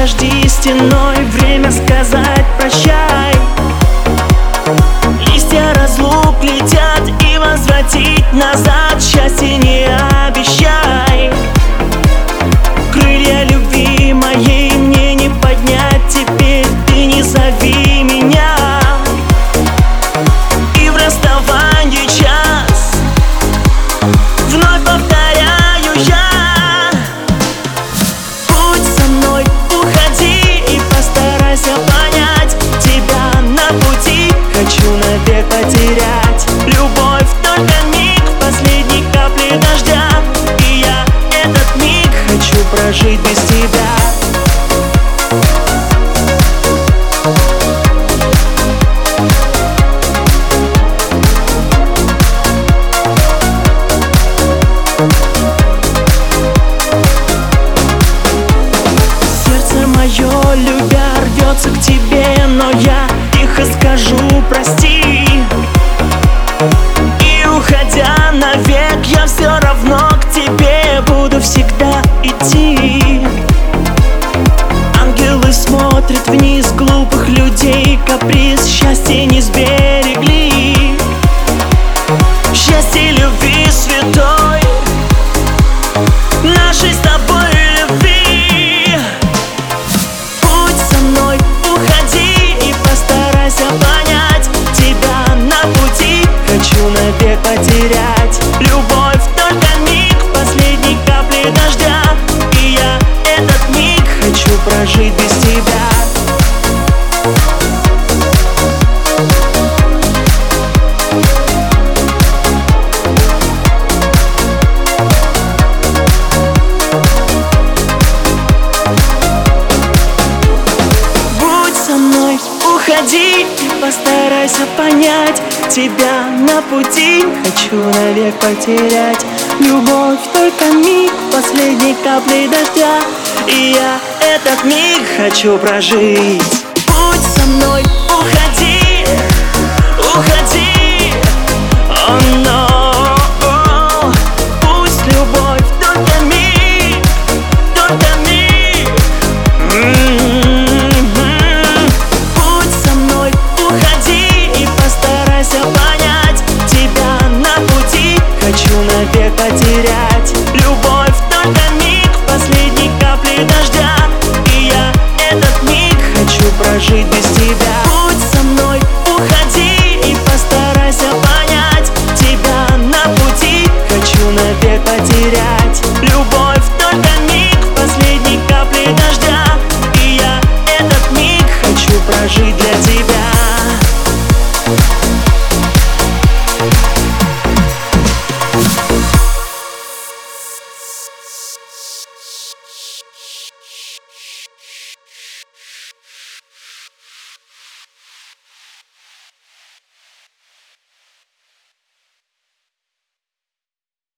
дожди стеной, время сказать прощай. Листья разлук летят, и возвратить назад счастье не обещай. Крылья любви моей мне не поднять, теперь ты не зови меня. И в расставании час вновь повторяю я: будь со мной, уходи и постарайся понять. Тебя на пути хочу навек потерять. Любовь только миг, последней капли дождя, и я этот миг хочу прожить без тебя. Сердце мое, любя, рвется к тебе, но я тихо скажу прости. И уходя навек, я все равно к тебе буду всегда идти. Ангелы смотрят вниз, глупых людей каприз счастья не сберегли. Счастье любви святой, нашей с тобой любви. Будь со мной, уходи и постарайся понять. Тебя на пути хочу навек потерять. Любовь только миг, последней капли дождя, и я этот миг хочу прожить без тебя. Уходи и постарайся понять. Тебя на пути хочу навек потерять. Любовь только миг, последней каплей дождя, и я этот миг хочу прожить. Будь со мной, уходи, уходи, oh no, oh. Пусть любовь только миг, только миг. Навек потерять. Любовь только миг, последней капли дождя, и я этот миг хочу прожить без тебя. Будь со мной, уходи и постарайся понять. Тебя на пути хочу навек потерять. Любовь только миг, последней капли дождя, и я этот миг хочу прожить для тебя.